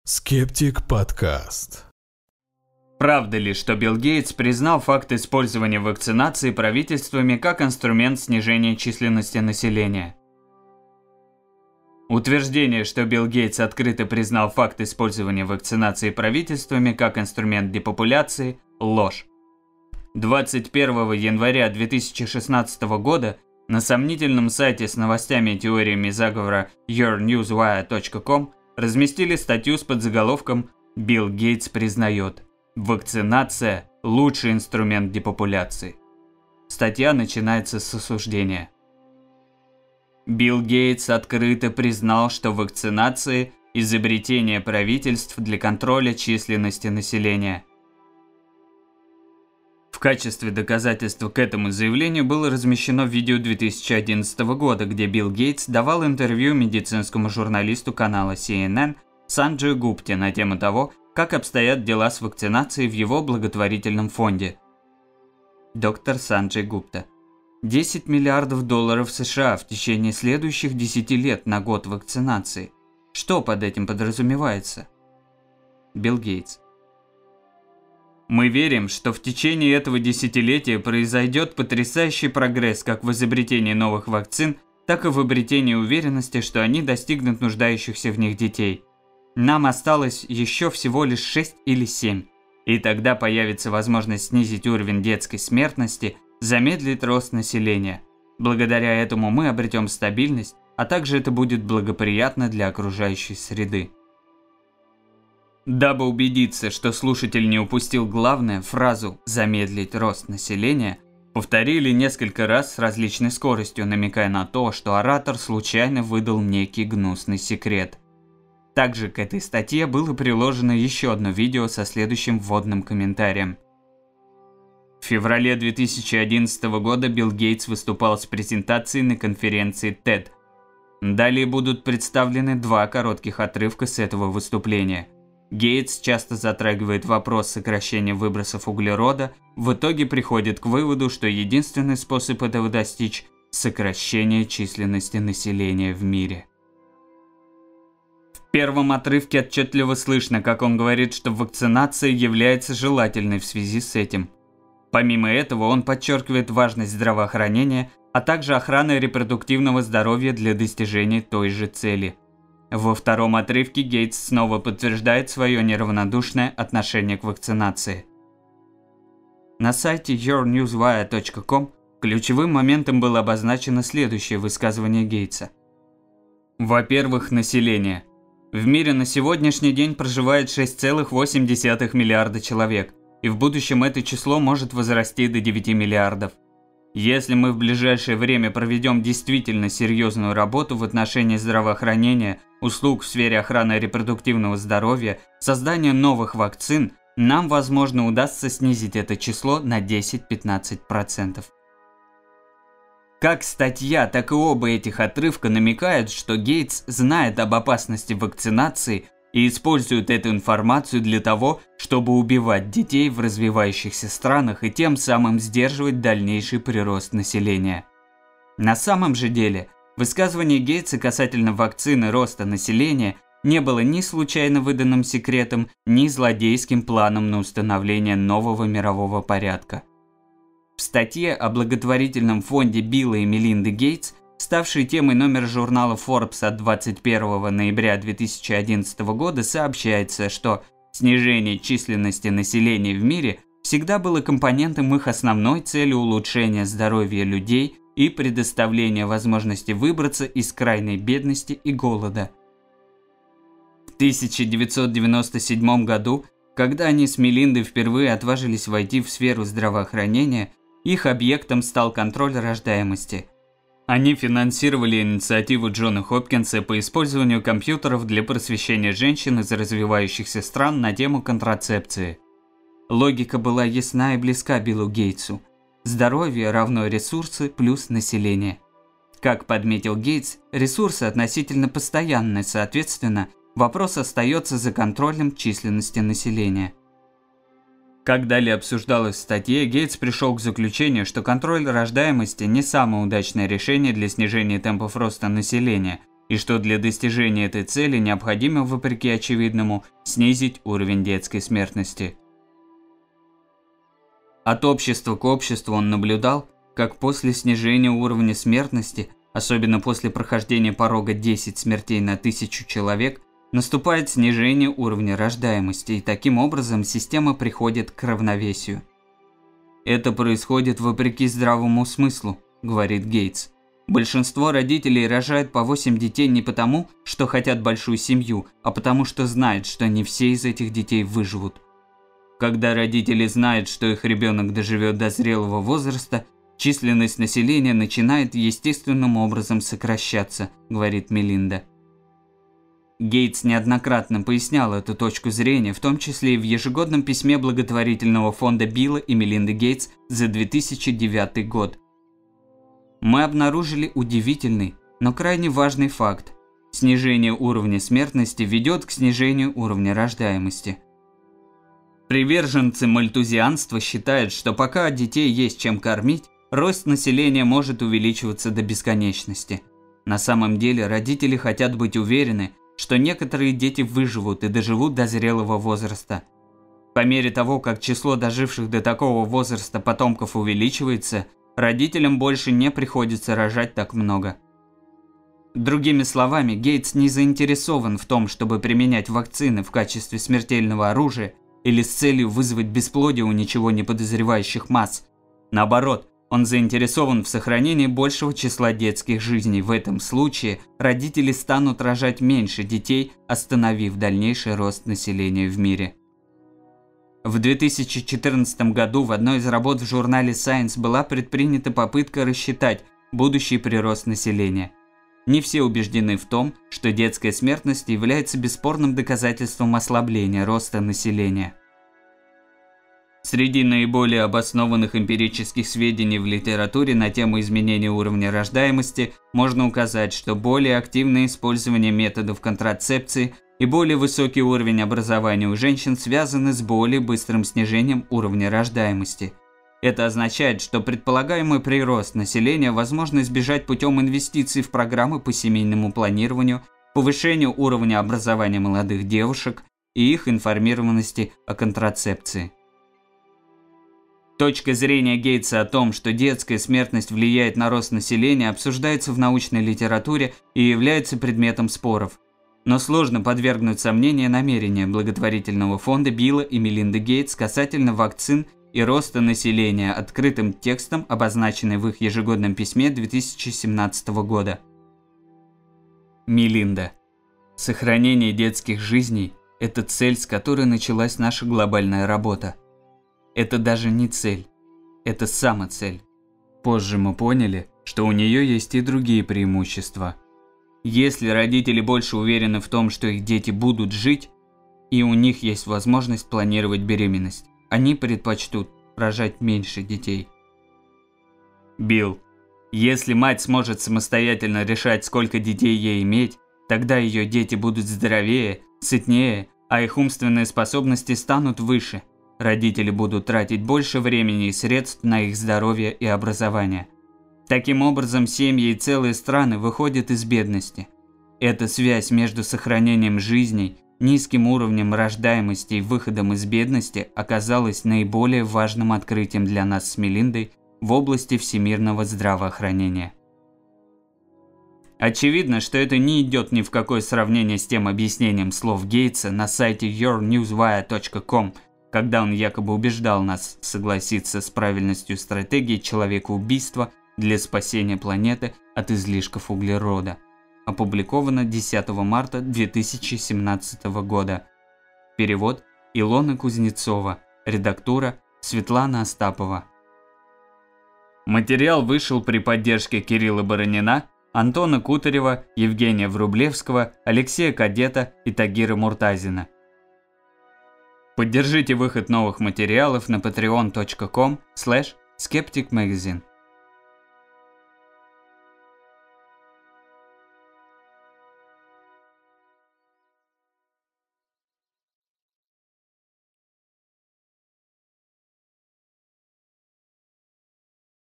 Скептик подкаст. Правда ли, что Билл Гейтс признал факт использования вакцинации правительствами как инструмент снижения численности населения? Утверждение, что Билл Гейтс открыто признал факт использования вакцинации правительствами как инструмент депопуляции – ложь. 21 января 2016 года на сомнительном сайте с новостями и теориями заговора yournewswire.com разместили статью с подзаголовком «Билл Гейтс признает: вакцинация – лучший инструмент депопуляции». Статья начинается с осуждения. Билл Гейтс открыто признал, что вакцинации – изобретение правительств для контроля численности населения. В качестве доказательства к этому заявлению было размещено видео 2011 года, где Билл Гейтс давал интервью медицинскому журналисту канала CNN Санджаю Гупте на тему того, как обстоят дела с вакцинацией в его благотворительном фонде. Доктор Санджай Гупта. 10 миллиардов долларов США в течение следующих 10 лет на год вакцинации. Что под этим подразумевается? Билл Гейтс. Мы верим, что в течение этого десятилетия произойдет потрясающий прогресс как в изобретении новых вакцин, так и в обретении уверенности, что они достигнут нуждающихся в них детей. Нам осталось еще всего лишь 6 или 7, и тогда появится возможность снизить уровень детской смертности, замедлить рост населения. Благодаря этому мы обретем стабильность, а также это будет благоприятно для окружающей среды. Дабы убедиться, что слушатель не упустил главное, фразу «замедлить рост населения» повторили несколько раз с различной скоростью, намекая на то, что оратор случайно выдал некий гнусный секрет. Также к этой статье было приложено еще одно видео со следующим вводным комментарием. В феврале 2011 года Билл Гейтс выступал с презентацией на конференции TED. Далее будут представлены два коротких отрывка с этого выступления. Гейтс часто затрагивает вопрос сокращения выбросов углерода, в итоге приходит к выводу, что единственный способ этого достичь – сокращение численности населения в мире. В первом отрывке отчетливо слышно, как он говорит, что вакцинация является желательной в связи с этим. Помимо этого, он подчеркивает важность здравоохранения, а также охраны репродуктивного здоровья для достижения той же цели. Во втором отрывке Гейтс снова подтверждает свое неравнодушное отношение к вакцинации. На сайте yournewswire.com ключевым моментом было обозначено следующее высказывание Гейтса. Во-первых, население. В мире на сегодняшний день проживает 6,8 миллиарда человек, и в будущем это число может возрасти до 9 миллиардов. Если мы в ближайшее время проведем действительно серьезную работу в отношении здравоохранения, услуг в сфере охраны репродуктивного здоровья, создания новых вакцин, нам, возможно, удастся снизить это число на 10-15%. Как статья, так и оба этих отрывка намекают, что Гейтс знает об опасности вакцинации и использует эту информацию для того, чтобы убивать детей в развивающихся странах и тем самым сдерживать дальнейший прирост населения. На самом же деле, высказывание Гейтса касательно вакцины роста населения не было ни случайно выданным секретом, ни злодейским планом на установление нового мирового порядка. В статье о благотворительном фонде Билла и Мелинды Гейтс, ставшей темой номера журнала Forbes от 21 ноября 2011 года, сообщается, что снижение численности населения в мире всегда было компонентом их основной цели улучшения здоровья людей и предоставления возможности выбраться из крайней бедности и голода. В 1997 году, когда они с Мелиндой впервые отважились войти в сферу здравоохранения, их объектом стал контроль рождаемости. Они финансировали инициативу Джона Хопкинса по использованию компьютеров для просвещения женщин из развивающихся стран на тему контрацепции. Логика была ясна и близка Биллу Гейтсу. Здоровье равно ресурсы плюс население. Как подметил Гейтс, ресурсы относительно постоянны, соответственно, вопрос остается за контролем численности населения. Как далее обсуждалось в статье, Гейтс пришел к заключению, что контроль рождаемости не самое удачное решение для снижения темпов роста населения, и что для достижения этой цели необходимо, вопреки очевидному, снизить уровень детской смертности. От общества к обществу он наблюдал, как после снижения уровня смертности, особенно после прохождения порога 10 смертей на 1000 человек, наступает снижение уровня рождаемости, и таким образом система приходит к равновесию. «Это происходит вопреки здравому смыслу», – говорит Гейтс. «Большинство родителей рожают по 8 детей не потому, что хотят большую семью, а потому что знают, что не все из этих детей выживут. Когда родители знают, что их ребенок доживет до зрелого возраста, численность населения начинает естественным образом сокращаться», – говорит Мелинда. Гейтс неоднократно пояснял эту точку зрения, в том числе и в ежегодном письме благотворительного фонда Билла и Мелинды Гейтс за 2009 год. «Мы обнаружили удивительный, но крайне важный факт. Снижение уровня смертности ведет к снижению уровня рождаемости. Приверженцы мальтузианства считают, что пока детей есть чем кормить, рост населения может увеличиваться до бесконечности. На самом деле родители хотят быть уверены, что некоторые дети выживут и доживут до зрелого возраста. По мере того, как число доживших до такого возраста потомков увеличивается, родителям больше не приходится рожать так много». Другими словами, Гейтс не заинтересован в том, чтобы применять вакцины в качестве смертельного оружия или с целью вызвать бесплодие у ничего не подозревающих масс. Наоборот, он заинтересован в сохранении большего числа детских жизней. В этом случае родители станут рожать меньше детей, остановив дальнейший рост населения в мире. В 2014 году в одной из работ в журнале Science была предпринята попытка рассчитать будущий прирост населения. Не все убеждены в том, что детская смертность является бесспорным доказательством ослабления роста населения. Среди наиболее обоснованных эмпирических сведений в литературе на тему изменения уровня рождаемости можно указать, что более активное использование методов контрацепции и более высокий уровень образования у женщин связаны с более быстрым снижением уровня рождаемости. Это означает, что предполагаемый прирост населения возможно избежать путем инвестиций в программы по семейному планированию, повышению уровня образования молодых девушек и их информированности о контрацепции. Точка зрения Гейтса о том, что детская смертность влияет на рост населения, обсуждается в научной литературе и является предметом споров. Но сложно подвергнуть сомнению намерения благотворительного фонда Билла и Мелинды Гейтс касательно вакцин и роста населения открытым текстом, обозначенный в их ежегодном письме 2017 года. Мелинда. Сохранение детских жизней – это цель, с которой началась наша глобальная работа. Это даже не цель, это самоцель. Позже мы поняли, что у нее есть и другие преимущества. Если родители больше уверены в том, что их дети будут жить, и у них есть возможность планировать беременность, они предпочтут рожать меньше детей. Билл. Если мать сможет самостоятельно решать, сколько детей ей иметь, тогда ее дети будут здоровее, сытнее, а их умственные способности станут выше. Родители будут тратить больше времени и средств на их здоровье и образование. Таким образом, семьи и целые страны выходят из бедности. Эта связь между сохранением жизней, низким уровнем рождаемости и выходом из бедности оказалась наиболее важным открытием для нас с Мелиндой в области всемирного здравоохранения. Очевидно, что это не идет ни в какое сравнение с тем объяснением слов Гейтса на сайте yournewswire.com, когда он якобы убеждал нас согласиться с правильностью стратегии человекоубийства для спасения планеты от излишков углерода. Опубликовано 10 марта 2017 года. Перевод Илона Кузнецова. Редактура Светлана Остапова. Материал вышел при поддержке Кирилла Боронина, Антона Кутарева, Евгения Врублевского, Алексея Кадета и Тагира Муртазина. Поддержите выход новых материалов на patreon.com/skepticmagazine.